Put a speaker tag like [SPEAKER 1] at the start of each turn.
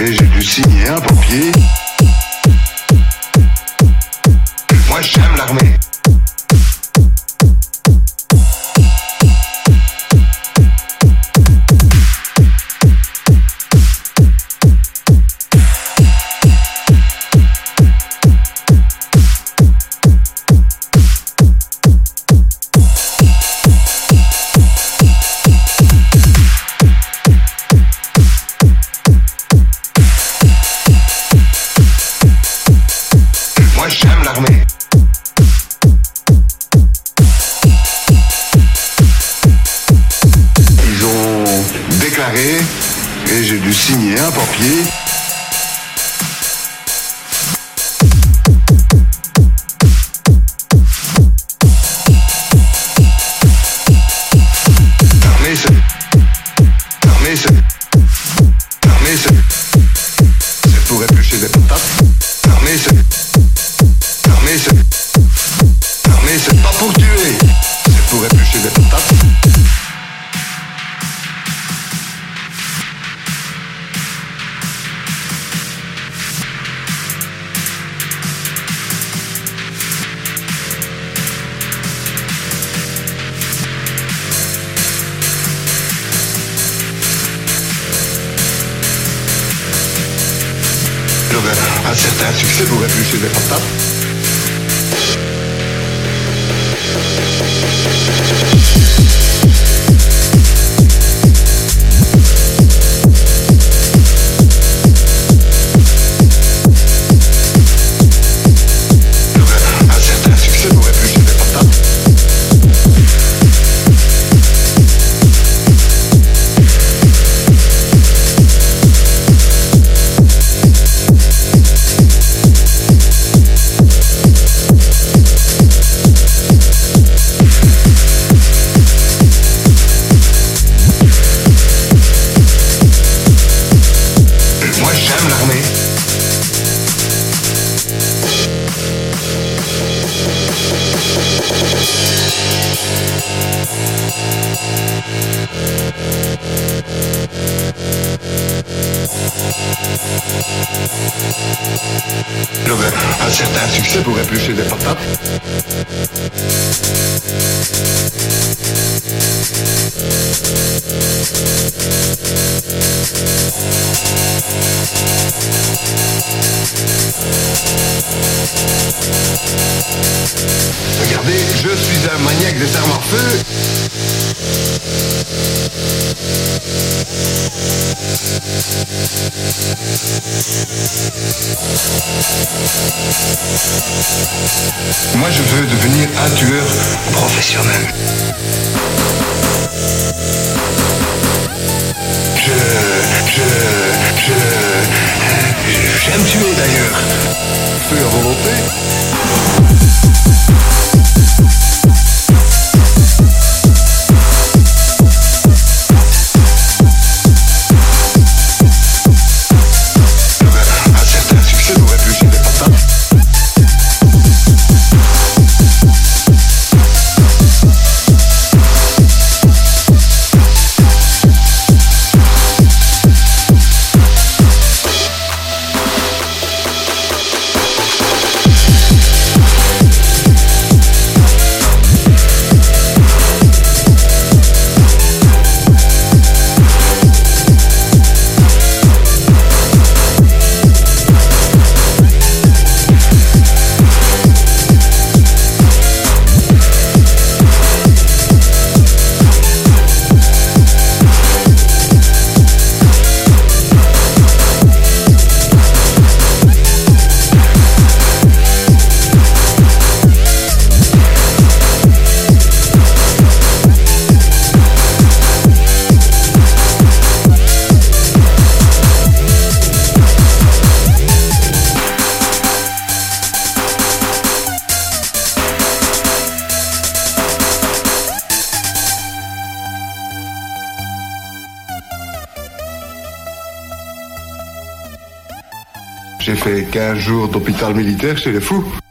[SPEAKER 1] et j'ai dû signer un papier. Moi j'aime l'armée. Moi j'aime l'armée. Ils ont déclaré et j'ai dû signer un papier. L'armée c'est pour éplucher des patates. L'armée c'est pas pour tuer, c'est pour éplucher des patates. J'aurais un certain succès pour éplucher des patates. J'aurais un certain succès pour éplucher des patates. Regardez, je suis un maniaque des armes à feu. Moi je veux devenir un tueur professionnel. J'aime tuer d'ailleurs. Feu à volonté. J'ai fait 15 jours d'hôpital militaire chez les fous.